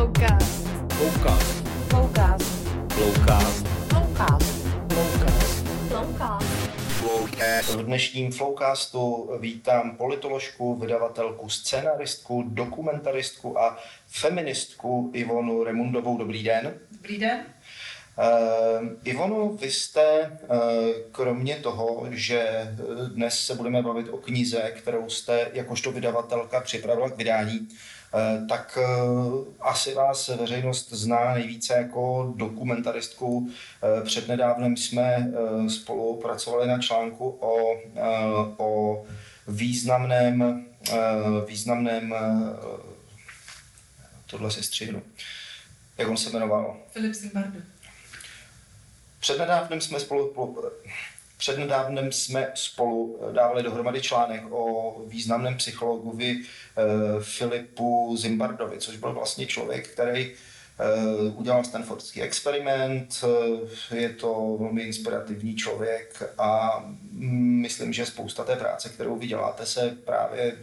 Flowcast. Flowcast. Flowcast. Flowcast. Flowcast. Flowcast. Flowcast. V dnešním Flowcastu vítám politoložku, vydavatelku, scénaristku, dokumentaristku a feministku Ivonu Remundovou. Dobrý den. Dobrý den. Ivono, vy jste kromě toho, že dnes se budeme bavit o knize, kterou jste jakožto vydavatelka připravila k vydání, tak asi vás veřejnost zná nejvíce jako dokumentaristku. Přednedávnem jsme spolupracovali na článku o významném tohle se střihnu. Jak on se jmenoval? Filip Zimbardo. Přednedávnem jsme spolu dávali dohromady článek o významném psychologovi Filipu Zimbardovi, což byl vlastně člověk, který udělal stanfordský experiment. Je to velmi inspirativní člověk a myslím, že spousta té práce, kterou vy děláte, se právě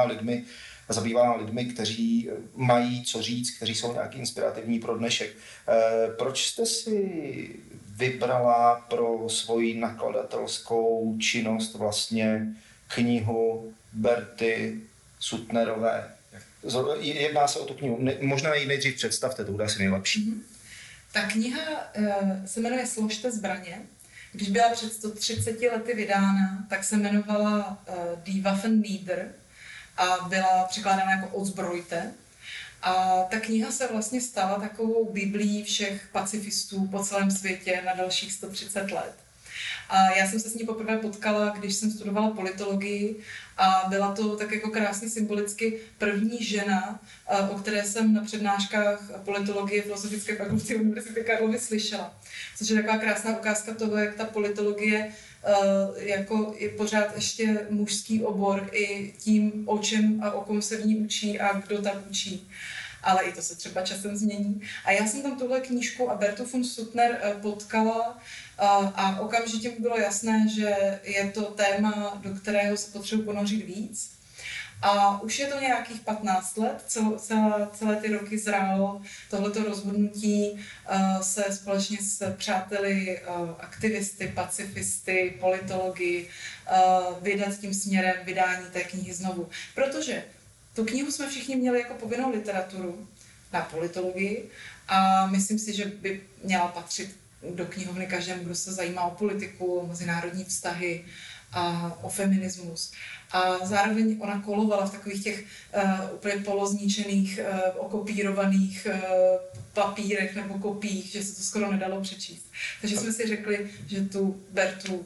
zabývá lidmi, kteří mají co říct, kteří jsou nějaký inspirativní pro dnešek. Proč jste si vybrala pro svoji nakladatelskou činnost vlastně knihu Berty Suttnerové? Jedná se o tu knihu. Možná ji nejdřív představte, to bude asi nejlepší. Ta kniha se jmenuje Složte zbraně. Když byla před 130 lety vydána, tak se jmenovala Die Waffen nieder a byla překládána jako Odzbrojte. A ta kniha se vlastně stala takovou biblií všech pacifistů po celém světě na dalších 130 let. A já jsem se s ní poprvé potkala, když jsem studovala politologii a byla to tak jako krásně symbolicky první žena, o které jsem na přednáškách politologie Filozofické fakulty Univerzity Karlovy slyšela. Což je taková krásná ukázka toho, jak ta politologie jako je pořád ještě mužský obor i tím, o čem a o kom se v ní učí a kdo tak učí. Ale i to se třeba časem změní. A já jsem tam tuhle knížku a Bertu von Suttner potkala a okamžitě mi bylo jasné, že je to téma, do kterého se potřebuji ponořit víc. A už je to nějakých 15 let, celé ty roky zrálo tohleto rozhodnutí se společně s přáteli, aktivisty, pacifisty, politologi vydat tím směrem vydání té knihy znovu. Protože tu knihu jsme všichni měli jako povinnou literaturu na politologii a myslím si, že by měla patřit do knihovny každému, kdo se zajímá o politiku, o mezinárodní vztahy a o feminismus. A zároveň ona kolovala v takových těch úplně polozničených, okopírovaných papírech nebo kopiích, že se to skoro nedalo přečíst. Takže jsme si řekli, že tu Bertu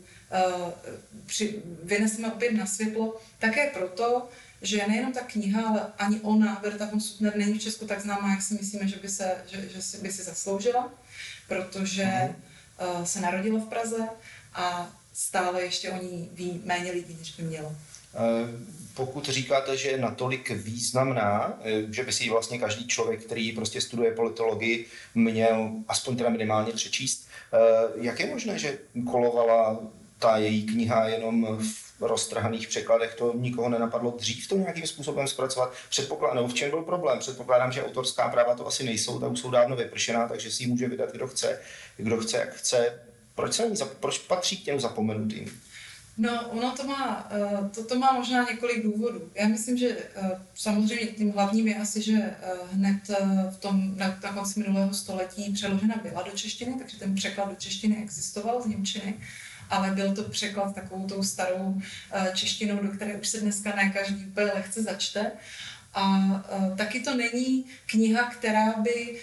vyneseme opět na světlo také proto, že nejenom ta kniha, ale ani ona, Berta von Suttner, není v Česku tak známá, jak si myslíme, že by si zasloužila, protože se narodila v Praze a stále ještě o ní ví méně lidí, než by mělo. Pokud říkáte, že je natolik významná, že by si ji vlastně každý člověk, který prostě studuje politologii, měl aspoň teda minimálně přečíst, jak je možné, že kolovala ta její kniha jenom v roztrhaných překladech? To nikoho nenapadlo dřív to nějakým způsobem zpracovat? V čem byl problém? Předpokládám, že autorská práva to asi nejsou, ta už jsou dávno vypršená, takže si ji může vydat kdo chce, jak chce. Proč patří k těm zapomenutým? No, ono to má možná několik důvodů. Já myslím, že samozřejmě tím hlavním je asi, že hned na konci minulého století přeložena byla do češtiny, takže ten překlad do češtiny existoval z němčiny, ale byl to překlad takovou tou starou češtinou, do které už se dneska ne každý úplně lehce začte. A taky to není kniha, která by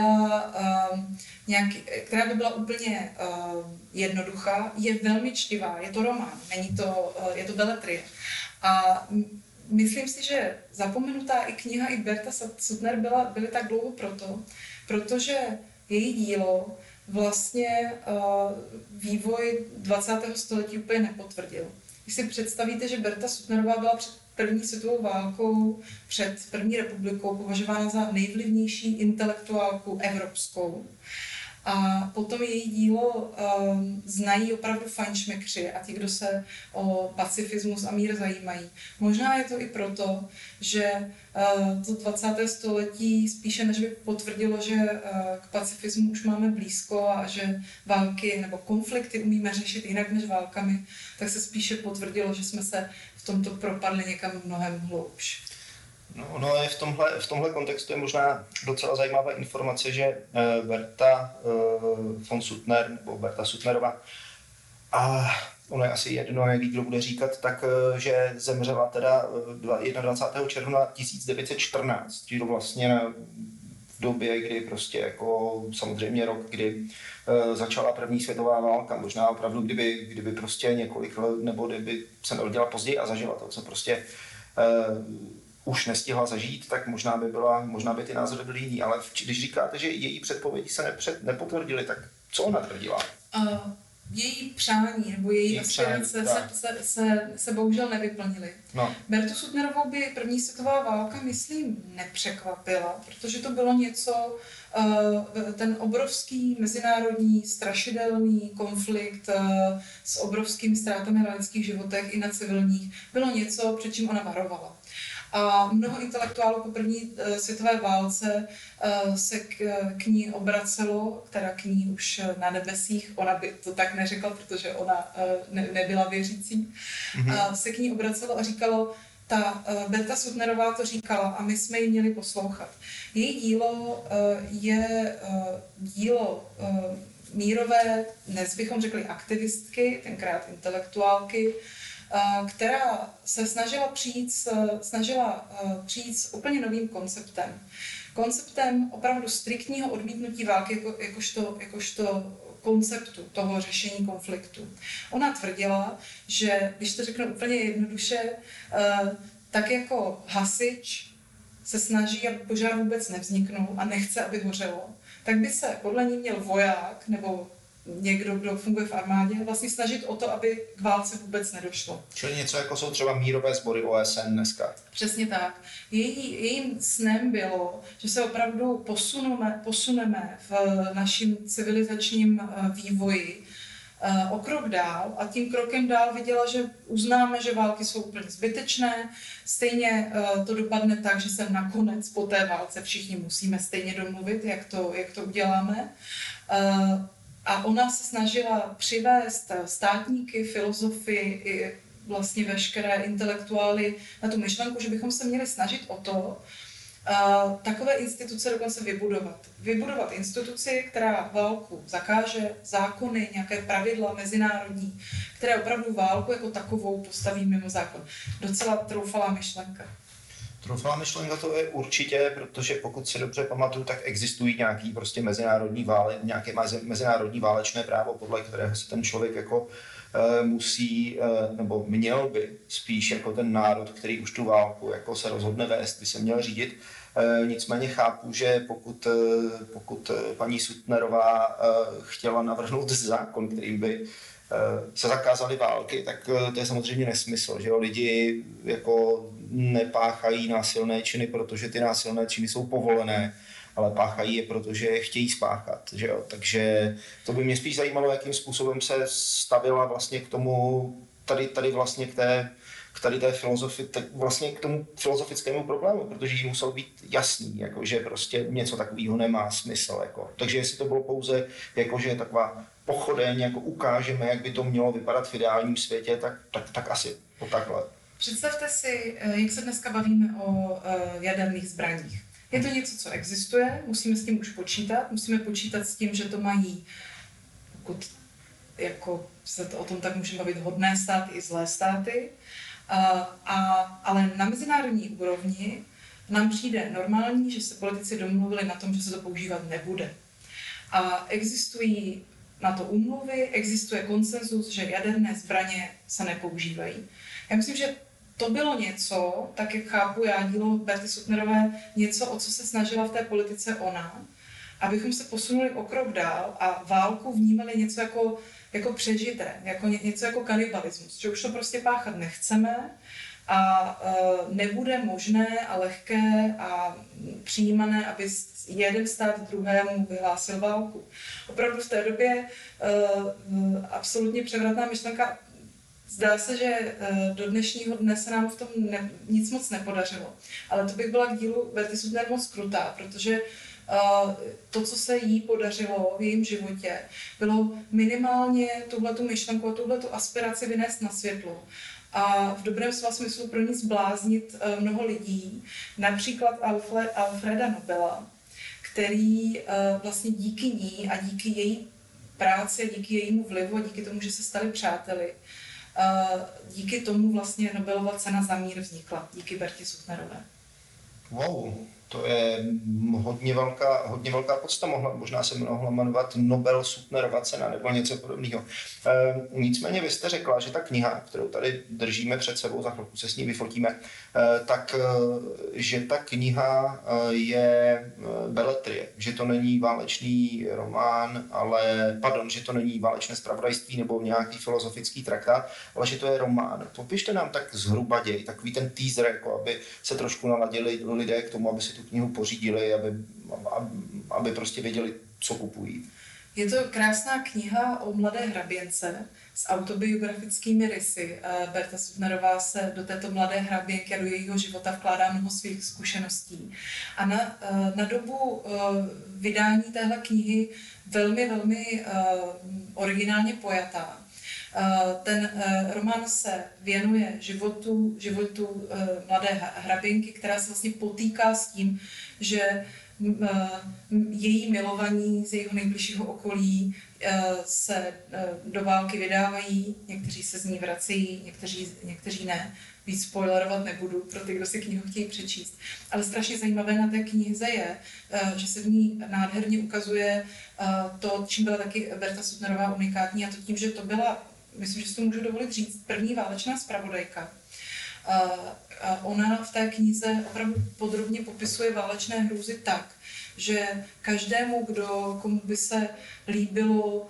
byla úplně jednoduchá, je velmi čtivá, je to román, je to beletrie. A myslím si, že zapomenutá i kniha i Berta Suttner byly tak dlouho protože její dílo vlastně vývoj 20. století úplně nepotvrdil. Když si představíte, že Berta Suttnerová byla před první světovou válkou, před první republikou považována za nejvlivnější intelektuálku evropskou A potom její dílo znají opravdu fajnšmekři a ti, kdo se o pacifismus a mír zajímají. Možná je to i proto, že to 20. století spíše než by potvrdilo, že k pacifismu už máme blízko a že války nebo konflikty umíme řešit jinak než válkami, tak se spíše potvrdilo, že jsme se v tomto propadli někam mnohem hloubš. No je v tomhle kontextu je možná docela zajímavá informace, že Berta von Suttner, nebo Berta Suttnerová, a ono je asi jedno, jak kdo bude říkat, tak že zemřela teda 21. června 1914, čiže vlastně v době, kdy prostě jako samozřejmě rok, kdy začala první světová válka, možná opravdu kdyby prostě několik let, nebo kdyby se narodila později a zažila to, co prostě už nestihla zažít, tak možná by ty názory byly jiný, ale když říkáte, že její předpovědi se nepotvrdily, tak co ona tvrdila? Její přání nebo její aspirace se bohužel nevyplnily. No. Bertu Suttnerovou by první světová válka, myslím, nepřekvapila, protože to bylo něco, ten obrovský mezinárodní strašidelný konflikt s obrovskými ztrátami na lidských životech i na civilních, bylo něco, před čím ona varovala. A mnoho intelektuálů po první světové válce se k ní obracelo, teda k ní už na nebesích, ona by to tak neřekla, protože ona nebyla věřící, se k ní obracelo a říkalo, ta Berta Suttnerová to říkala a my jsme ji měli poslouchat. Její dílo je dílo mírové, dnes bychom řekli aktivistky, tenkrát intelektuálky, která se snažila přijít s úplně novým konceptem. Konceptem opravdu striktního odmítnutí války jakožto konceptu toho řešení konfliktu. Ona tvrdila, že, když to řeknu úplně jednoduše, tak jako hasič se snaží, aby požár vůbec nevzniknul a nechce, aby hořelo, tak by se podle ní měl voják nebo někdo, kdo funguje v armádě, vlastně snažit o to, aby k válce vůbec nedošlo. Čili něco jako jsou třeba mírové sbory OSN dneska. Přesně tak. Jejím snem bylo, že se opravdu posuneme v našem civilizačním vývoji o krok dál a tím krokem dál viděla, že uznáme, že války jsou úplně zbytečné, stejně to dopadne tak, že se nakonec po té válce všichni musíme stejně domluvit, jak to uděláme. A ona se snažila přivést státníky, filozofy i vlastně veškeré intelektuály na tu myšlenku, že bychom se měli snažit o to, takové instituce dokonce vybudovat. Vybudovat instituci, která válku zakáže, zákony, nějaké pravidla mezinárodní, které opravdu válku jako takovou postaví mimo zákon. Docela troufalá myšlenka. Troufalá myšlenka to je určitě, protože pokud si dobře pamatuju, tak existují nějaké prostě nějaké mezinárodní válečné právo, podle kterého se ten člověk jako musí, nebo měl by spíš jako ten národ, který už tu válku jako se rozhodne vést, by se měl řídit. Nicméně chápu, že pokud paní Suttnerová chtěla navrhnout zákon, kterým by se zakázaly války, tak to je samozřejmě nesmysl, že jo? Lidi jako nepáchají násilné činy, protože ty násilné činy jsou povolené, ale páchají je, protože je chtějí spáchat, že jo? Takže to by mě spíš zajímalo, jakým způsobem se stavila vlastně k tomu, tady vlastně k té filozofii, vlastně k tomu filozofickému problému, protože jí muselo být jasný, jako, že prostě něco takového nemá smysl. Jako. Takže jestli to bylo pouze jako, že taková pochodeň, jako ukážeme, jak by to mělo vypadat v ideálním světě, tak asi po takhle. Představte si, jak se dneska bavíme o jaderných zbraních. Je to něco, co existuje, musíme s tím už počítat, musíme počítat s tím, že to mají, pokud jako se to o tom tak můžeme bavit, hodné státy i zlé státy, ale na mezinárodní úrovni nám přijde normální, že se politici domluvili na tom, že se to používat nebude. A existují na to úmluvy, existuje konsenzus, že jaderné zbraně se nepoužívají. Já myslím, že to bylo něco, tak jak chápu já dílo Berty Suttnerové, něco, o co se snažila v té politice ona, abychom se posunuli o krok dál a válku vnímali něco jako přežité, něco jako kanibalismus, že už to prostě páchat nechceme a nebude možné a lehké a přijímané, aby jeden stát druhému vyhlásil válku. Opravdu v té době absolutně převratná myšlenka. Zdá se, že do dnešního dne se nám v tom nic moc nepodařilo. Ale to bych byla k dílu Berty Suttner moc krutá, protože to, co se jí podařilo v jejím životě, bylo minimálně tuhletu myšlenku a tuhletu aspiraci vynést na světlo. A v dobrém slova smyslu pro ní zbláznit mnoho lidí, například Alfreda Nobela, který vlastně díky ní a díky její práci a díky jejímu vlivu a díky tomu, že se stali přáteli, díky tomu vlastně Nobelova cena za mír vznikla, díky Bertě Suttnerové. Wow, to je hodně velká podsta. Možná se mohla jmenovat Nobel Suttnerova cena nebo něco podobného. Nicméně vy jste řekla, že ta kniha, kterou tady držíme před sebou, za chvilku se s ní vyfotíme, tak že ta kniha je beletrie, že to není válečný román, že to není válečné zpravodajství nebo nějaký filozofický traktát, ale že to je román. Popište nám tak zhruba děj, takový ten teaser, jako aby se trošku naladili lidé k tomu, aby si tu knihu pořídili, aby prostě věděli, co kupují. Je to krásná kniha o mladé hraběnce s autobiografickými rysy. Berta Suttnerová se do této mladé hraběnky a do jejího života vkládá mnoho svých zkušeností. A na dobu vydání téhle knihy velmi originálně pojatá. Ten román se věnuje životu mladé hraběnky, která se vlastně potýká s tím, že její milovaní z jejího nejbližšího okolí se do války vydávají, někteří se z ní vracejí, někteří ne. Víc spoilerovat nebudu pro ty, kdo si knihu chtějí přečíst. Ale strašně zajímavé na té knize je, že se v ní nádherně ukazuje to, čím byla taky Berta Suttnerová unikátní, a to tím, že to byla, myslím, že si to můžu dovolit říct, první válečná zpravodajka. Ona v té knize opravdu podrobně popisuje válečné hrůzy tak, že každému, komu by se líbilo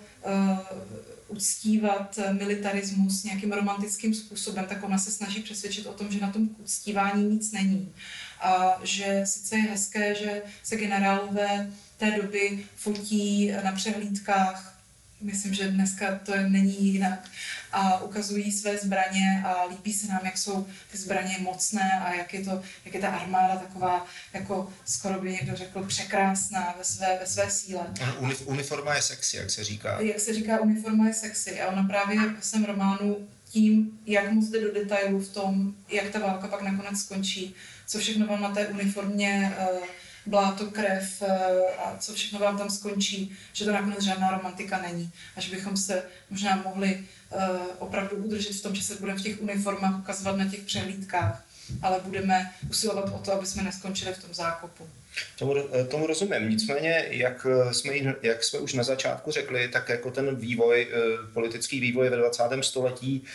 uctívat militarismus nějakým romantickým způsobem, tak ona se snaží přesvědčit o tom, že na tom uctívání nic není. A že sice je hezké, že se generálové té doby fotí na přehlídkách, myslím, že dneska to není jinak, a ukazují své zbraně a líbí se nám, jak jsou ty zbraně mocné a jak je ta armáda taková, jako skoro by někdo řekl, překrásná ve své síle. Uniforma je sexy, jak se říká. Jak se říká, uniforma je sexy. A ona právě v svém románu tím, jak moc jde do detailu v tom, jak ta válka pak nakonec skončí, co všechno vám na té uniformě bláto, krev a co všechno vám tam skončí, že to nakonec žádná romantika není. A že bychom se možná mohli opravdu udržet v tom, že se budeme v těch uniformách ukazovat na těch přehlídkách, ale budeme usilovat o to, aby jsme neskončili v tom zákopu. Tomu rozumím. Nicméně, jak jsme už na začátku řekli, tak jako ten politický vývoj ve 20. století,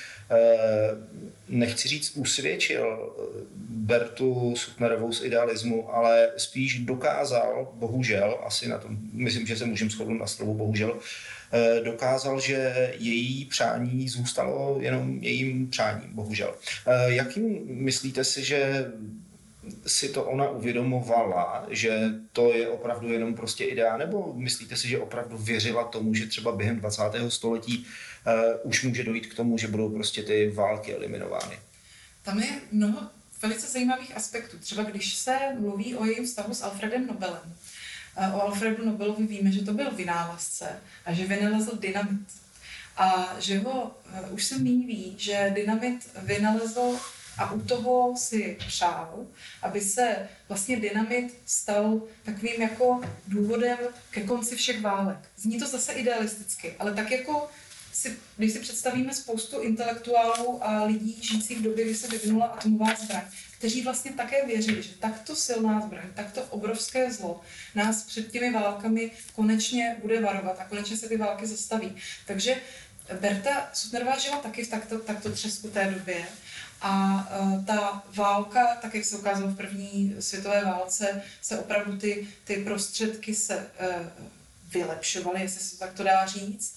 nechci říct usvědčil Bertu Suttnerovou z idealismu, ale spíš dokázal, bohužel, asi na tom, myslím, že se můžeme shodnout na slovu bohužel, dokázal, že její přání zůstalo jenom jejím přáním, bohužel. Jakým myslíte si, že si to ona uvědomovala, že to je opravdu jenom prostě idea, nebo myslíte si, že opravdu věřila tomu, že třeba během 20. století už může dojít k tomu, že budou prostě ty války eliminovány? Tam je mnoho velice zajímavých aspektů. Třeba když se mluví o jejím vztahu s Alfredem Nobelem. O Alfredu Nobelovi víme, že to byl vynálezce a že vynalezl dynamit. A že ho už se míň ví, že dynamit vynalezl a u toho si přál, aby se vlastně dynamit stal takovým jako důvodem ke konci všech válek. Zní to zase idealisticky, ale tak jako když si představíme spoustu intelektuálů a lidí žijících v době, kdy se vyvinula atomová zbraň, kteří vlastně také věřili, že takto silná zbraň, takto obrovské zlo nás před těmi válkami konečně bude varovat a konečně se ty války zastaví. Takže Berta Suttnerová žila taky v takto třeskuté době. A ta válka, tak jak se ukázalo v první světové válce, se opravdu ty prostředky se vylepšovaly, jestli se to takto dá říct.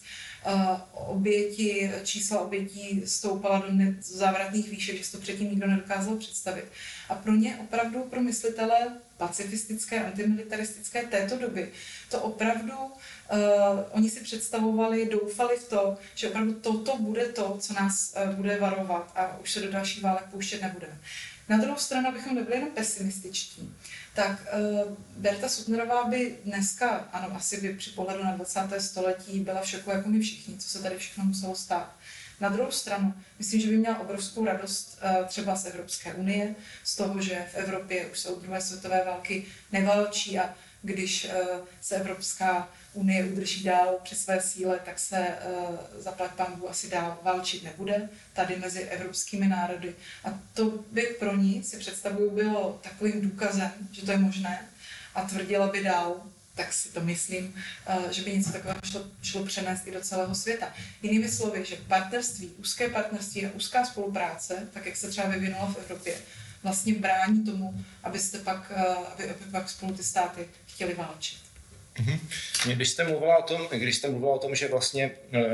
čísla obětí stoupala do závratných výšek, že si to předtím nikdo nedokázal představit. A pro ně opravdu, pro myslitele pacifistické, antimilitaristické této doby, to opravdu oni si představovali, doufali v to, že opravdu toto bude to, co nás bude varovat a už se do dalších válek pouštět nebudeme. Na druhou stranu, abychom nebyli jenom pesimističtí, tak Berta Suttnerová by dneska, ano, asi by při pohledu na 20. století byla v šoku jako my všichni, co se tady všechno muselo stát. Na druhou stranu, myslím, že by měla obrovskou radost třeba z Evropské unie, z toho, že v Evropě už se od druhé světové války neválčí a když se Evropská unie udrží dál při své síle, tak se zaplať pánbůh asi dál válčit nebude tady mezi evropskými národy. A to by pro ní, si představuju, bylo takovým důkazem, že to je možné a tvrdila by dál, tak si to myslím, že by něco takového šlo přenést i do celého světa. Jinými slovy, že úzké partnerství a úzká spolupráce, tak jak se třeba vyvinula v Evropě, vlastně brání tomu, aby pak spolu ty státy chtěli válčit. Když jste mluvila o tom, že vlastně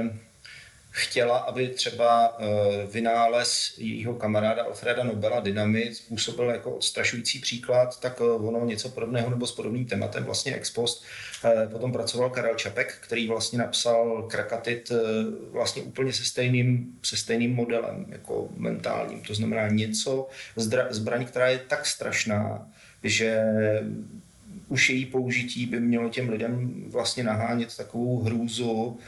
chtěla, aby třeba vynález jejího kamaráda Alfreda Nobela dynamit způsobil jako odstrašující příklad, tak ono něco podobného nebo s podobným tématem vlastně ex post potom pracoval Karel Čapek, který vlastně napsal Krakatit vlastně úplně se stejným modelem jako mentálním. To znamená zbraň, která je tak strašná, že už její použití by mělo těm lidem vlastně nahánět takovou hrůzu,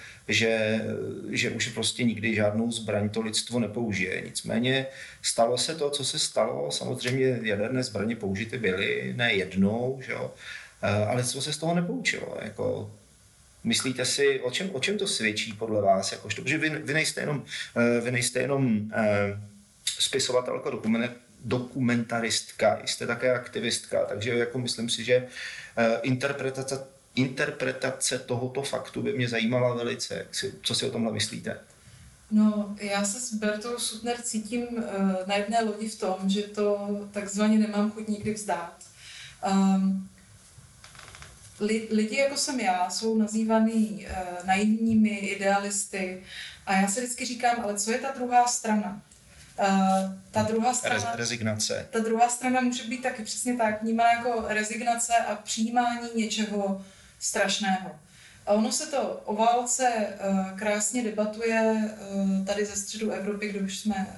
že už prostě nikdy žádnou zbraň to lidstvo nepoužije. Nicméně stalo se to, co se stalo. Samozřejmě jaderné zbraně použity byly, ne jednou, že jo? Ale lidstvo se z toho nepoučilo. Jako, myslíte si, o čem to svědčí podle vás? Protože vy nejste jenom spisovatelka, dokumentaristka, jste také aktivistka, takže jako myslím si, že interpretace tohoto faktu by mě zajímala velice. Co si o tomhle myslíte? No, já se s Bertou Suttner cítím na jedné lodi v tom, že to takzvaně nemám chuť nikdy vzdát. Lidi, jako jsem já, jsou nazývaný naivními idealisty a já se vždycky říkám, ale co je ta druhá strana? Ta druhá strana, rezignace. Ta druhá strana může být taky přesně tak, vnímá jako rezignace a přijímání něčeho strašného. A ono se to o válce krásně debatuje tady ze středu Evropy, kde už jsme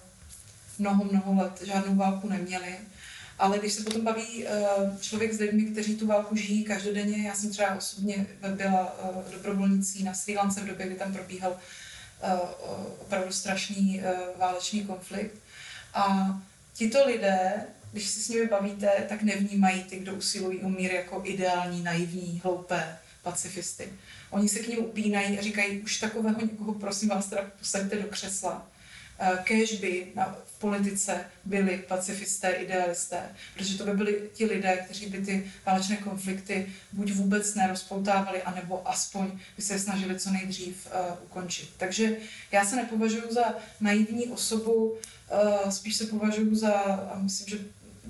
mnoho let žádnou válku neměli. Ale když se potom baví člověk s lidmi, kteří tu válku žijí každodenně, já jsem třeba osobně byla dobrovolnicí na Srí Lance v době, kdy tam probíhal opravdu strašný válečný konflikt. A tito lidé, když si s nimi bavíte, tak nevnímají ty, kdo usilují o mír, jako ideální, naivní, hloupé pacifisty. Oni se k nim upínají a říkají, už takového někoho, prosím vás, teda posaďte do křesla. Kéž by v politice byli pacifisté, idealisté, protože to by byli ti lidé, kteří by ty válečné konflikty buď vůbec nerozpoutávali, anebo aspoň by se snažili co nejdřív ukončit. Takže já se nepovažuji za naivní osobu, spíš se považuji za, a myslím, že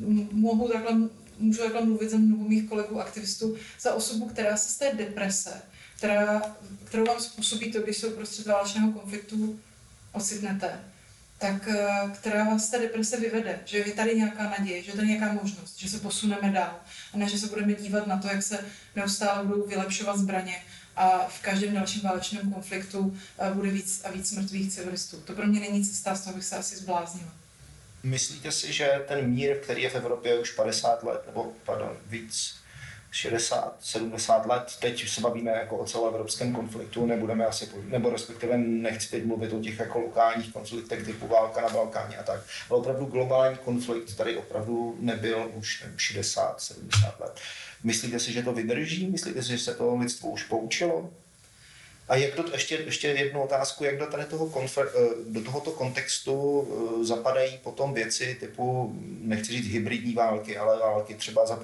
můžu takhle mluvit za mnoho mých kolegů aktivistů, za osobu, která se z té deprese, kterou vám způsobí to, když se uprostřed válečného konfliktu ocitnete, tak která vás z té deprese vyvede, že je tady nějaká naděje, že je tady nějaká možnost, že se posuneme dál a ne, že se budeme dívat na to, jak se neustále budou vylepšovat zbraně a v každém dalším válečném konfliktu bude víc a víc mrtvých civilistů. To pro mě není cesta, z toho bych se asi zbláznila. Myslíte si, že ten mír, který je v Evropě už 50 let, nebo víc, 60, 70 let, teď se bavíme jako o celoevropském konfliktu, nebudeme asi, nebo respektive nechci teď mluvit o těch jako lokálních konfliktech typu válka na Balkáně a tak, ale opravdu globální konflikt tady opravdu nebyl už 60, 70 let. Myslíte si, že to vydrží? Myslíte si, že se to lidstvo už poučilo? A jak ještě jednu otázku, jak do tohoto kontextu zapadají potom věci typu, nechci říct hybridní války, ale války třeba za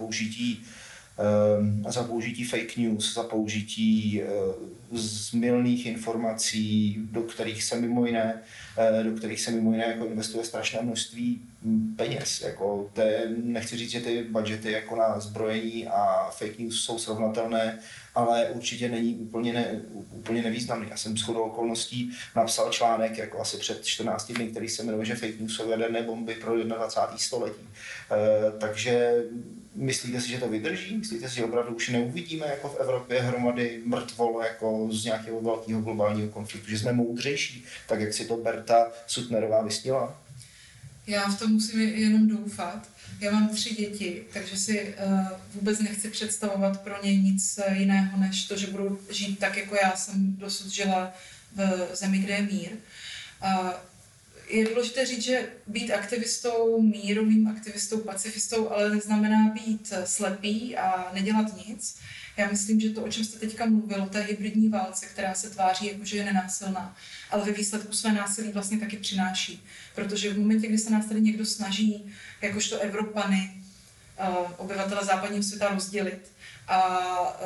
použití fake news, za použití zmylných informací, do kterých se mimo jiné jako investuje strašné množství peněz. Jako nechci říct, že ty budgety jako na zbrojení a fake news jsou srovnatelné, ale určitě není úplně nevýznamný. Já jsem shodou okolností napsal článek jako asi před 14 dny, který se jmenuje, že fake news jsou jaderné bomby pro 21. století. Takže myslíte si, že to vydrží? Myslíte si, že opravdu už neuvidíme jako v Evropě hromady mrtvol jako z nějakého velkého globálního konfliktu, že jsme moudřejší, tak jak si to Berta Suttnerová vysnila? Já v tom musím jenom doufat. Já mám 3 děti, takže si vůbec nechci představovat pro ně nic jiného, než to, že budu žít tak, jako já jsem dosud žila v zemi, kde je mír. Je důležité říct, že být aktivistou, mírovým aktivistou, pacifistou, ale neznamená být slepý a nedělat nic. Já myslím, že to, o čem jste teďka mluvil, o té hybridní válce, která se tváří jako, že je nenásilná, ale ve výsledku své násilí vlastně taky přináší. Protože v momentě, kdy se nás tady někdo snaží, jakožto Evropany, obyvatele západního světa rozdělit a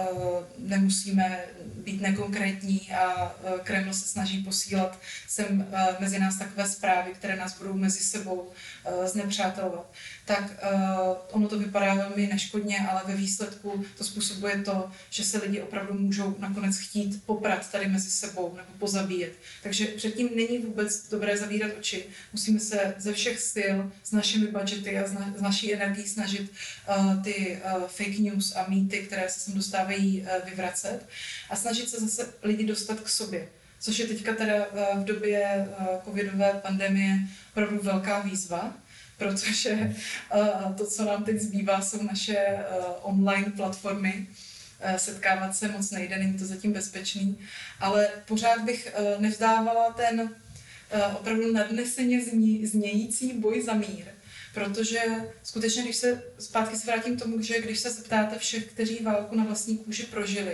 nemusíme být nekonkrétní a Kreml se snaží posílat sem mezi nás takové zprávy, které nás budou mezi sebou znepřátelovat, tak ono to vypadá velmi neškodně, ale ve výsledku to způsobuje to, že se lidi opravdu můžou nakonec chtít poprat tady mezi sebou nebo pozabíjet. Takže předtím není vůbec dobré zavírat oči. Musíme se ze všech styl s našimi budgety a s naší energií snažit ty fake news a mýty, které se sem dostávají, vyvracet a snažit se zase lidi dostat k sobě. Což je teďka teda v době covidové pandemie opravdu velká výzva, protože to, co nám teď zbývá, jsou naše online platformy. Setkávat se moc nejde, není to zatím bezpečný, ale pořád bych nevzdávala ten opravdu nadneseně znějící boj za mír. Protože skutečně, když se zpátky se vrátím k tomu, že když se zeptáte všech, kteří válku na vlastní kůži prožili,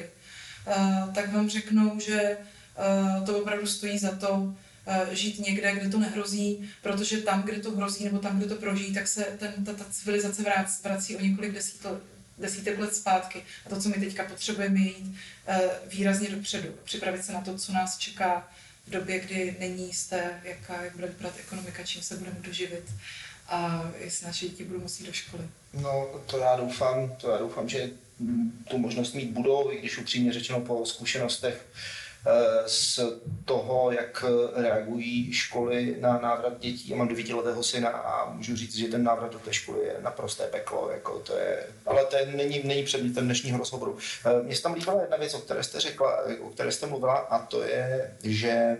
tak vám řeknou, že to opravdu stojí za to žít někde, kde to nehrozí, protože tam, kde to hrozí, nebo tam, kde to prožijí, tak se ta civilizace vrací o několik desítek let zpátky. A to, co my teďka potřebujeme, je jít výrazně dopředu, připravit se na to, co nás čeká v době, kdy není jisté, jak bude vypadat ekonomika, čím se budeme doživit a jestli naše děti budou muset do školy. No, to já doufám, že tu možnost mít budou, i když upřímně řečeno po zkušenostech z toho, jak reagují školy na návrat dětí. Já mám 9letého syna a můžu říct, že ten návrat do té školy je naprosté peklo. Jako to je, ale to není předmětem dnešního rozhovoru. Mně se tam líbila jedna věc, o které jste řekla, o které jste mluvila, a to je, že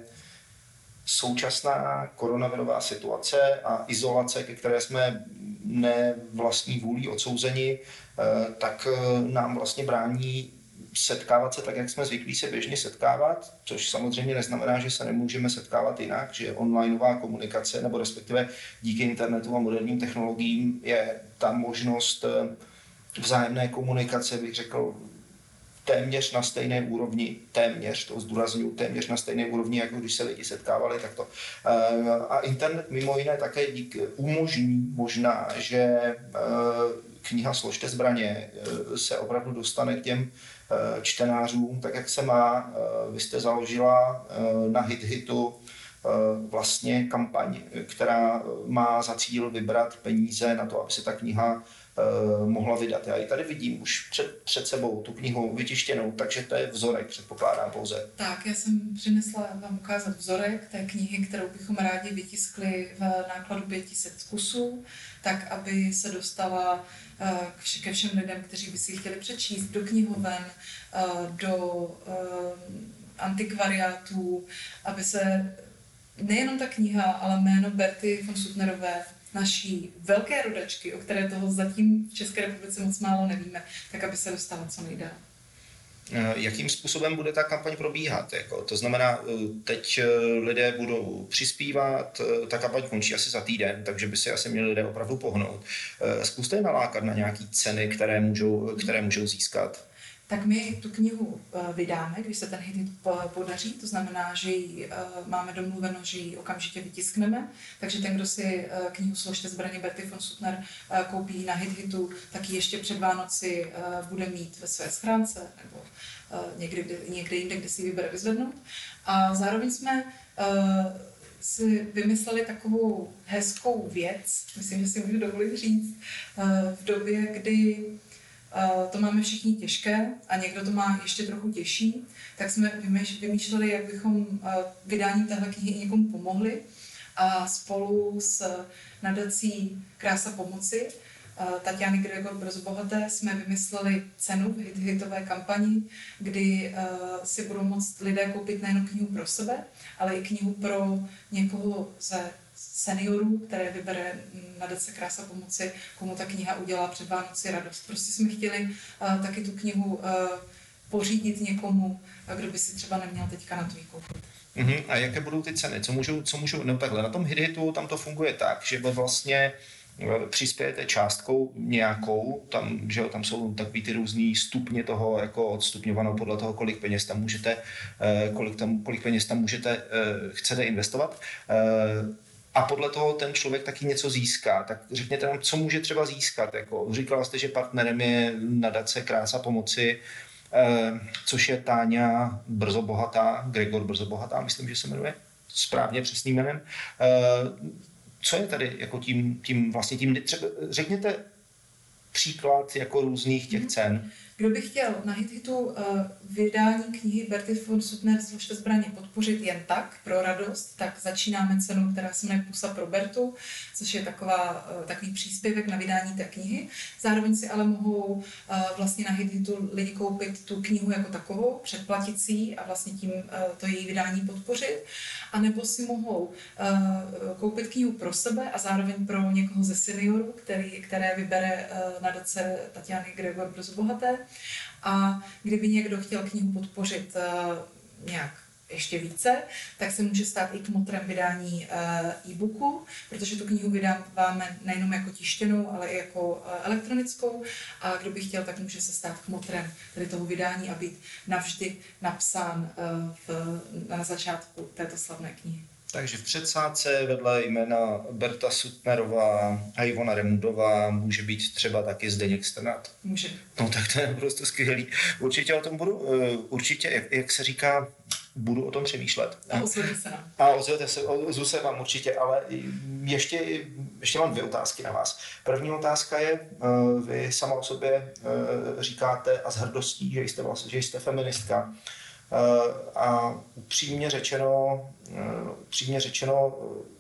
současná koronavirová situace a izolace, ke které jsme nevlastní vůlí odsouzeni, tak nám vlastně brání setkávat se tak, jak jsme zvyklí se běžně setkávat, což samozřejmě neznamená, že se nemůžeme setkávat jinak, že onlineová komunikace, nebo respektive díky internetu a moderním technologiím je ta možnost vzájemné komunikace, bych řekl, téměř na stejné úrovni, to zdůrazňuji, téměř na stejné úrovni, jako když se lidi setkávali takto. A internet mimo jiné také umožní možná, že kniha Složte zbraně se opravdu dostane k těm čtenářům, tak jak se má. Vy jste založila na HitHitu vlastně kampaň, která má za cíl vybrat peníze na to, aby se ta kniha mohla vydat. Já ji tady vidím už před sebou, tu knihu vytištěnou, takže to je vzorek, předpokládám pouze. Tak, já jsem přinesla vám ukázat vzorek té knihy, kterou bychom rádi vytiskli v nákladu 500 kusů, tak aby se dostala ke všem lidem, kteří by si ji chtěli přečíst, do knihoven, do antikvariátů, aby se nejenom ta kniha, ale jméno Berty von Suttnerové, naší velké rodačky, o které toho zatím v České republice moc málo nevíme, tak aby se dostala co nejdál. Jakým způsobem bude ta kampaň probíhat? To znamená, teď lidé budou přispívat, ta kampaň končí asi za týden, takže by si asi měli lidé opravdu pohnout. Zkuste je nalákat na nějaké ceny, které můžou získat. Tak my tu knihu vydáme, když se ten hit podaří, to znamená, že ji máme domluveno, že ji okamžitě vytiskneme, takže ten, kdo si knihu Složte zbraně Berty von Suttner koupí na HitHitu, tak ji ještě před Vánoci bude mít ve své schránce nebo někde jinde, kde si ji vybere vyzvednout. A zároveň jsme si vymysleli takovou hezkou věc, myslím, že si můžu dovolit říct, v době, kdy to máme všichni těžké a někdo to má ještě trochu těžší, tak jsme vymýšleli, jak bychom vydáním téhle knihy i někomu pomohli a spolu s nadací Krása pomoci Tatiany Gregor Brzobohaté jsme vymysleli cenu v hitové kampani, kdy si budou moct lidé koupit nejen knihu pro sebe, ale i knihu pro někoho ze seniorů, které vybere nadace Krása pomoci, komu ta kniha udělá před Vánoci radost. Prostě jsme chtěli taky tu knihu pořídit někomu, kdo by si třeba neměl teďka na to ji koupit. A jaké budou ty ceny? Co můžou, no takhle, na tom HitHitu tam to funguje tak, že vlastně přispějete částkou nějakou, tam jsou takový ty různý stupně toho, jako odstupňováno podle toho, kolik peněz tam můžete, chcete investovat. A podle toho ten člověk taky něco získá. Tak řekněte nám, co může třeba získat. Jako, říkala jste, že partnerem je nadace Krása pomoci, což je Táňa Brzobohatá, Gregor Brzobohatá, myslím, že se jmenuje správně přesným jménem. Co je tady jako tím třeba, řekněte příklad jako různých těch cen. Kdo by chtěl na HitHitu vydání knihy Berty von Suttner Složte zbraně podpořit jen tak, pro radost, tak začínáme cenou, která se jmenuje Pusa pro Bertu, což je takový příspěvek na vydání té knihy. Zároveň si ale mohou vlastně na HitHitu lidi koupit tu knihu jako takovou, předplatit si ji a vlastně tím to její vydání podpořit. A nebo si mohou koupit knihu pro sebe a zároveň pro někoho ze seniorů, které vybere nadace Tatiany Gregor Brzobohaté. A kdyby někdo chtěl knihu podpořit nějak ještě více, tak se může stát i kmotrem vydání e-booku, protože tu knihu vydáváme nejenom jako tištěnou, ale i jako elektronickou. A kdo by chtěl, tak může se stát kmotrem tedy toho vydání a být navždy napsán na začátku této slavné knihy. Takže v předsádce vedle jména Berta Suttnerová a Ivona Remudová může být třeba taky Zdeněk Strnad. Může. No tak to je prostě skvělý. Určitě o tom budu, jak se říká, budu o tom přemýšlet. A ozvěte se nám. A ozvu se vám určitě, ale ještě mám 2 otázky na vás. První otázka je, vy sama o sobě říkáte a s hrdostí, že jste feministka. A upřímně řečeno,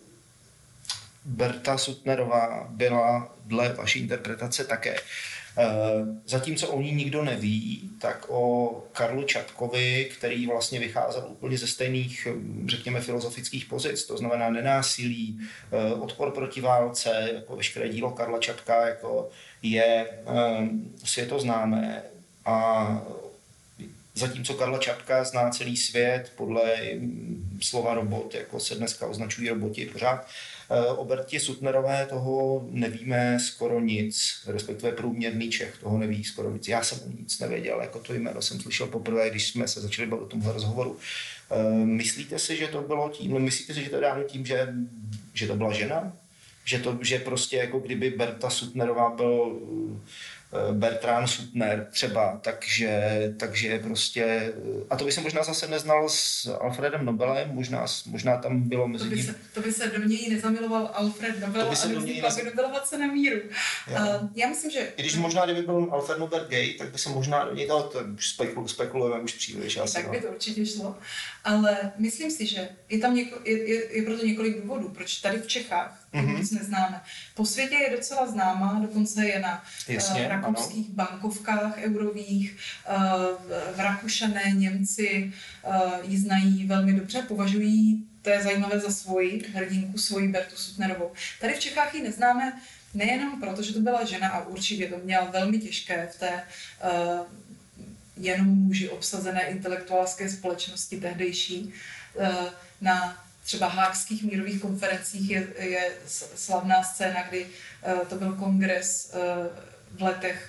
Berta Suttnerová byla dle vaší interpretace také. Zatímco o ní nikdo neví, tak o Karlu Čapkovi, který vlastně vycházel úplně ze stejných, řekněme, filozofických pozic, to znamená nenásilí, odpor proti válce, jako veškeré dílo Karla Čapka jako je světoznámé. A zatímco Karla Čapka zná celý svět, podle slova robot, jako se dneska označují roboti pořád, o Bertě Suttnerové toho nevíme skoro nic, respektive průměrný Čech toho neví skoro nic. Já jsem o nic nevěděl, jako to jméno jsem slyšel poprvé, když jsme se začali bavit o tomhle rozhovoru. Myslíte si, že to bylo tím, myslíte si, že to je dáno tím, že to byla žena? Že prostě jako kdyby Berta Suttnerová byl Bertrand Suttner třeba, takže prostě, a to by se možná zase neznal s Alfredem Nobelem, možná tam bylo mezi ním. To by se do něj nezamiloval Alfred Nobel a nevznikla by Nobelova cena míru. Já myslím, že... I když možná, kdyby byl Alfred Nobel gay, tak by se možná do něj, spekulujeme už příliš. Tak by to určitě šlo, ale myslím si, že je tam je proto několik důvodů, proč tady v Čechách nic neznáme. Po světě je docela známá, dokonce je na rakouských bankovkách eurových, v Rakušané, Němci ji znají velmi dobře, považují, to je zajímavé, za svoji hrdinku, svoji Bertu Suttnerovou. Tady v Čechách ji neznáme nejenom proto, že to byla žena a určitě to měla velmi těžké v té jenom muži obsazené intelektuálské společnosti tehdejší. Na třeba haagských mírových konferencích je slavná scéna, kdy to byl kongres v letech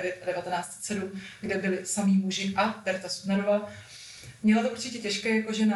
1899-1907, kde byli samí muži a Berta Suttnerová. Měla to určitě těžké jako žena.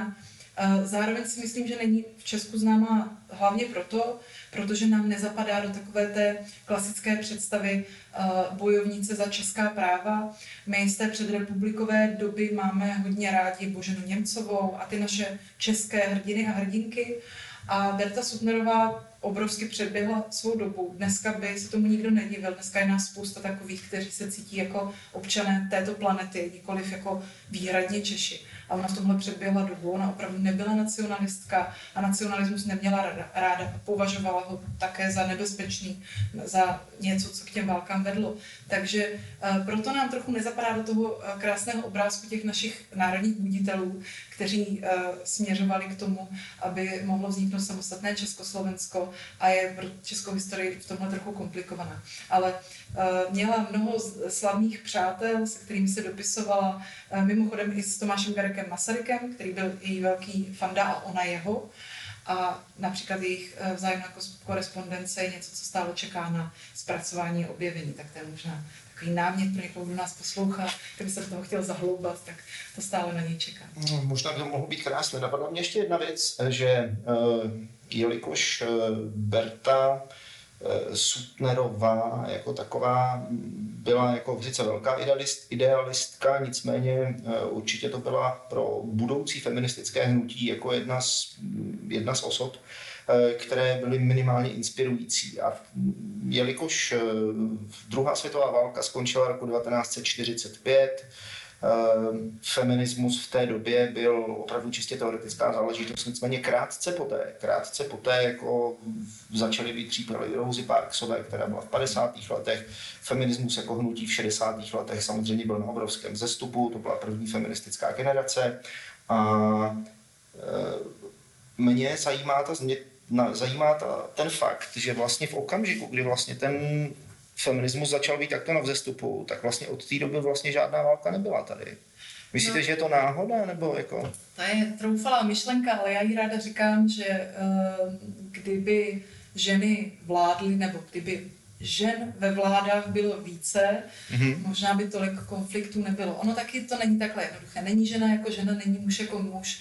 Zároveň si myslím, že není v Česku známá hlavně protože nám nezapadá do takové té klasické představy bojovnice za česká práva. My z té předrepublikové doby máme hodně rádi Boženu Němcovou a ty naše české hrdiny a hrdinky. A Berta Suttnerová obrovsky předběhla svou dobu. Dneska by se tomu nikdo nedivil. Dneska je nás spousta takových, kteří se cítí jako občané této planety, nikoliv jako výhradně Češi. A ona v tomhle předběhla dobu. Ona opravdu nebyla nacionalistka a nacionalismus neměla ráda a považovala ho také za nebezpečný, za něco, co k těm válkám vedlo. Takže proto nám trochu nezapadá do toho krásného obrázku těch našich národních buditelů, kteří směřovali k tomu, aby mohlo vzniknout samostatné Československo a je pro českou historii v tomhle trochu komplikovaná. Ale měla mnoho slavných přátel, se kterými se dopisovala, mimochodem i s Tomášem Garrigue Masarykem, který byl její velký fanda a ona jeho. A například jejich vzájemná korespondence je něco, co stále čeká na zpracování a objevení, tak to je možná takový námět pro někoho, kdo nás poslouchá, kdyby se do toho chtěl zahloubat, tak to stále na něj čeká. Možná by to mohlo být krásné. Napadla mě ještě jedna věc, že jelikož Berta Suttnerová jako taková byla jako velice velká idealistka, nicméně určitě to byla pro budoucí feministické hnutí jako jedna z osob, které byly minimálně inspirující. A jelikož druhá světová válka skončila roku 1945, feminismus v té době byl opravdu čistě teoretická záležitost, nicméně krátce poté jako začaly být přípravy Rosa Parksové, která byla v 50. letech, feminismus jako hnutí v 60. letech samozřejmě byl na obrovském vzestupu, to byla první feministická generace a mě zajímá ten fakt, že vlastně v okamžiku, kdy vlastně ten feminismus začal být takto na vzestupu, tak vlastně od té doby vlastně žádná válka nebyla tady. Myslíte, že je to náhoda, nebo jako? To je troufalá myšlenka, ale já jí ráda říkám, že kdyby ženy vládly, nebo kdyby žen ve vládách bylo více, možná by tolik konfliktů nebylo. Ono taky to není takhle jednoduché. Není žena jako žena, není muž jako muž.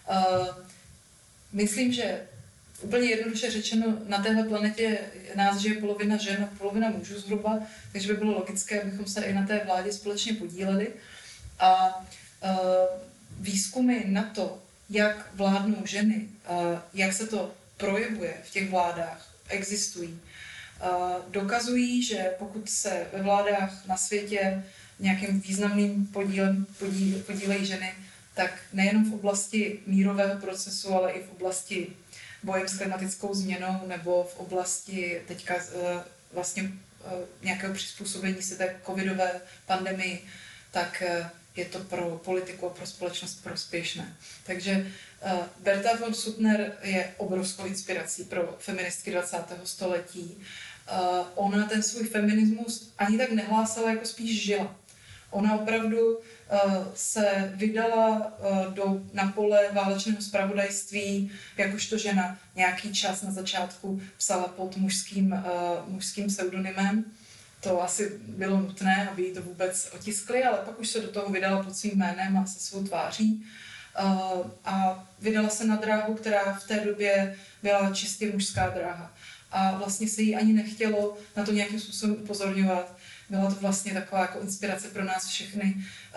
Myslím, že úplně jednoduše řečeno, na téhle planetě nás žije polovina žen a polovina mužů zhruba, takže by bylo logické, abychom se i na té vládě společně podíleli. A výzkumy na to, jak vládnou ženy, jak se to projevuje v těch vládách, existují. Dokazují, že pokud se ve vládách na světě nějakým významným podílem podílejí ženy, tak nejenom v oblasti mírového procesu, ale i v oblasti bojem s klimatickou změnou nebo v oblasti teďka vlastně nějakého přizpůsobení se té covidové pandemii, tak je to pro politiku a pro společnost prospěšné. Takže Berta von Suttner je obrovskou inspirací pro feministky 20. století. Ona ten svůj feminismus ani tak nehlásala, jako spíš žila. Ona opravdu se vydala na pole válečného zpravodajství, jakožto žena nějaký čas na začátku psala pod mužským pseudonymem. To asi bylo nutné, aby jí to vůbec otiskli, ale pak už se do toho vydala pod svým jménem a se svou tváří. A vydala se na dráhu, která v té době byla čistě mužská dráha. A vlastně se jí ani nechtělo na to nějakým způsobem upozorňovat. Byla to vlastně taková jako inspirace pro nás všechny.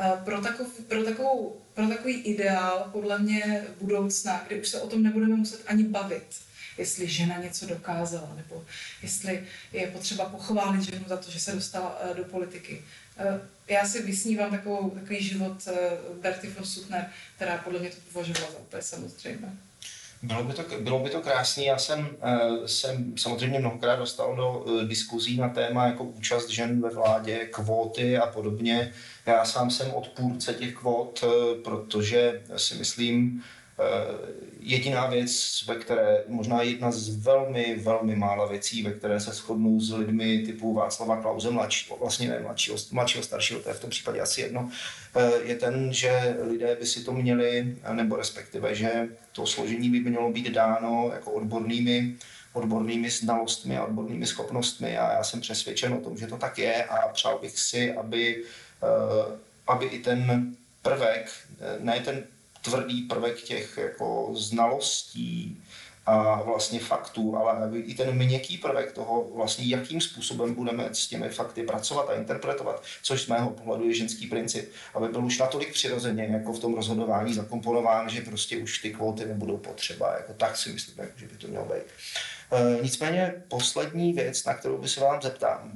Pro takový ideál, podle mě budoucna, kdy už se o tom nebudeme muset ani bavit, jestli žena něco dokázala, nebo jestli je potřeba pochválit ženu za to, že se dostala do politiky. Já si vysnívám takový život Berty von Suttner, která podle mě to považovala za úplně samozřejmé. Bylo by to krásný. Já jsem samozřejmě mnohokrát dostal do diskuzí na téma jako účast žen ve vládě, kvóty a podobně. Já sám jsem odpůrce těch kvót, protože si myslím, jediná věc, možná jedna z velmi, velmi mála věcí, ve které se shodnu s lidmi typu Václava Klause mladšího, vlastně ne mladšího, staršího, to je v tom případě asi jedno, je ten, že lidé by si to měli, nebo respektive, že to složení by mělo být dáno jako odbornými znalostmi a odbornými schopnostmi a já jsem přesvědčen o tom, že to tak je a přál bych si, aby i ten prvek, ne ten tvrdý prvek těch jako znalostí a vlastně faktů, ale i ten měkký prvek toho vlastně, jakým způsobem budeme s těmi fakty pracovat a interpretovat, což z mého pohledu je ženský princip, aby byl už natolik přirozeně jako v tom rozhodování zakomponován, že prostě už ty kvóty nebudou potřeba. Jako tak si myslím, jako, že by to mělo být. Nicméně poslední věc, na kterou se vás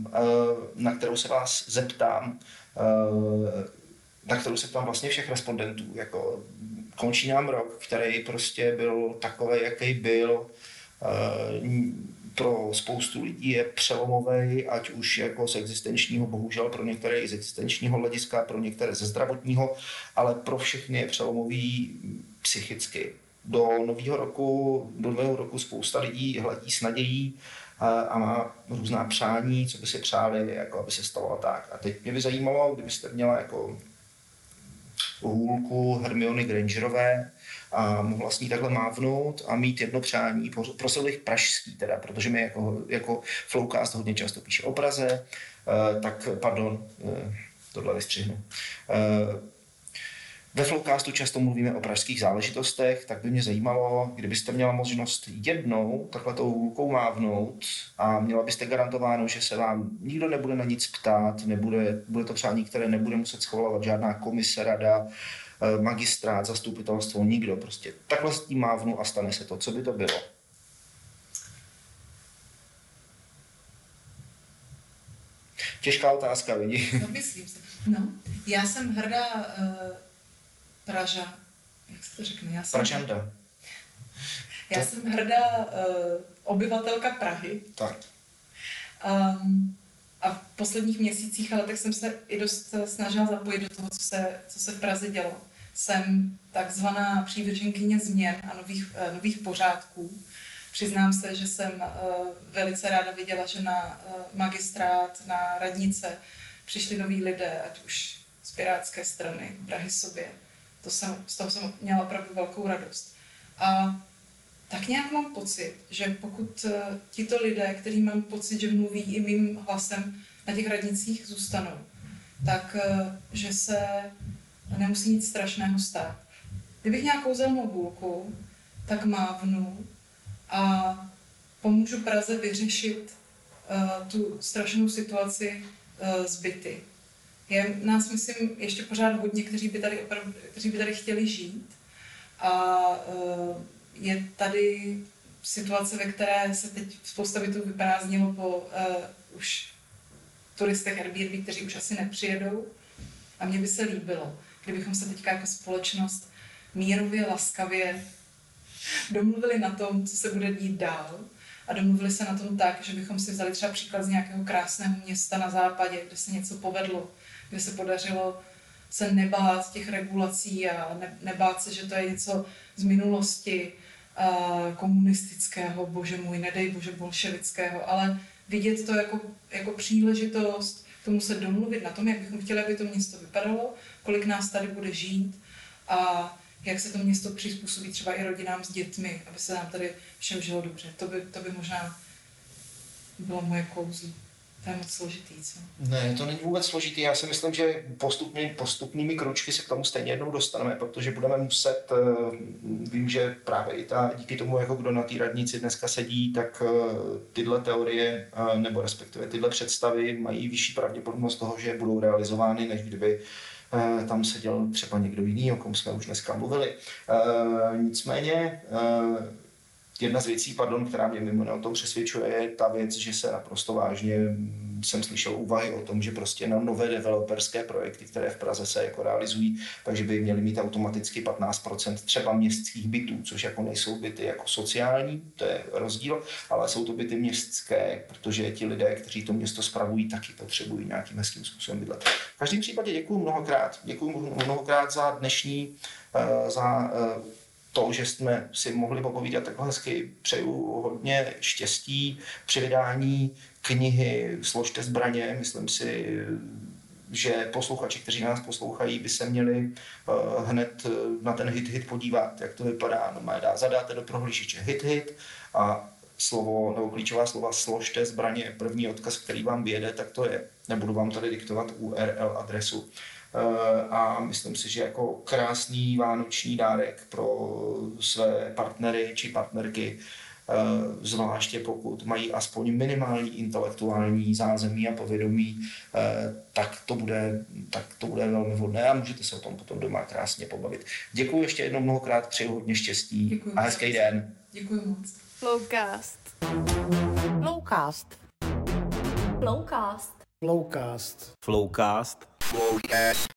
zeptám, na kterou se ptám vlastně všech respondentů, jako končí nám rok, který prostě byl takový, jaký byl, pro spoustu lidí je přelomový, ať už jako z existenčního, bohužel pro některé i z existenčního hlediska, pro některé ze zdravotního, ale pro všechny je přelomový psychicky. Do nového roku spousta lidí hledí s nadějí a má různá přání, co by si přáli, jako aby se stalo a tak. A teď mě by zajímalo, kdybyste měla jako hůlku Hermiony Grangerové a mohla s ní takhle mávnout a mít jedno přání. Prosil bych pražský teda, protože mi jako Flowcast hodně často píše o Praze, tak pardon, tohle vystřihnu. Ve Flowcastu často mluvíme o pražských záležitostech, tak by mě zajímalo, kdybyste měla možnost jednou takhle tou hůlkou mávnout a měla byste garantováno, že se vám nikdo nebude na nic ptát, bude to přání, které nebude muset schvalovat žádná komise, rada, magistrát, zastupitelstvo, nikdo. Prostě takhle s tím mávnu a stane se to. Co by to bylo? Těžká otázka, vidí? No, myslím se. No, já jsem hrdá Praža, jak se to řekne? Pražanda. Já jsem hrdá obyvatelka Prahy. Tak. A v posledních měsících a letech jsem se i dost snažila zapojit do toho, co se v Praze dělo. Jsem takzvaná přívrženkyně změn a nových pořádků. Přiznám se, že jsem velice ráda viděla, že na magistrát, na radnice přišli noví lidé, ať už z Pirátské strany, Prahy sobě. Z toho jsem měla opravdu velkou radost. A tak nějak mám pocit, že pokud tito lidé, kteří mám pocit, že mluví i mým hlasem na těch radnicích zůstanou, tak že se nemusí nic strašného stát. Kdybych měla kouzelnou hůlku, tak mávnu a pomůžu Praze vyřešit tu strašnou situaci s byty. Je nás, myslím, ještě pořád hodně, kteří by tady chtěli žít. A je tady situace, ve které se teď spousta bytů vyprázdnilo po už turistech Airbnb, kteří už asi nepřijedou. A mně by se líbilo, kdybychom se teďka jako společnost mírově, laskavě domluvili na tom, co se bude dít dál. A domluvili se na tom tak, že bychom si vzali třeba příklad z nějakého krásného města na západě, kde se něco povedlo, kde se podařilo se nebát těch regulací a nebát se, že to je něco z minulosti komunistického, bože můj, nedej bože, bolševického, ale vidět to jako příležitost k tomu se domluvit na tom, jak bychom chtěli, aby to město vypadalo, kolik nás tady bude žít a jak se to město přizpůsobí třeba i rodinám s dětmi, aby se nám tady všem žilo dobře. To by možná bylo moje kouzlo. To je moc složitý, co? Ne, to není vůbec složitý. Já si myslím, že postupnými kručky se k tomu stejně jednou dostaneme, protože budeme muset, vím, že právě i díky tomu, jako kdo na té radnici dneska sedí, tak tyhle teorie, nebo respektive tyhle představy mají vyšší pravděpodobnost toho, že budou realizovány, než kdyby tam seděl třeba někdo jiný, o kom jsme už dneska mluvili. Nicméně jedna z věcí, která mě mimo o tom přesvědčuje, je ta věc, že se naprosto vážně jsem slyšel úvahy o tom, že prostě na nové developerské projekty, které v Praze se jako realizují, takže by měly mít automaticky 15% třeba městských bytů, což jako nejsou byty jako sociální, to je rozdíl, ale jsou to byty městské, protože ti lidé, kteří to město spravují, taky potřebují nějakým hezkým způsobem bydlet. V každém případě děkuji mnohokrát za dnešní, to, že jsme si mohli popovídat takhle hezky. Přeju hodně štěstí při vydání knihy Složte zbraně. Myslím si, že posluchači, kteří nás poslouchají, by se měli hned na ten hit podívat, jak to vypadá. No, zadáte do prohlížeče hit a slovo nebo klíčová slova Složte zbraně, první odkaz, který vám vyjede, tak to je. Nebudu vám tady diktovat URL adresu. a myslím si, že jako krásný vánoční dárek pro své partnery či partnerky, zvláště pokud mají aspoň minimální intelektuální zázemí a povědomí, tak to bude velmi vhodné a můžete se o tom potom doma krásně pobavit. Děkuji ještě jednou mnohokrát, přeju hodně štěstí. Děkuji. A hezký den. Děkuji moc. Flowcast. Flowcast. Flowcast. Flowcast. Flowcast. Flowcast.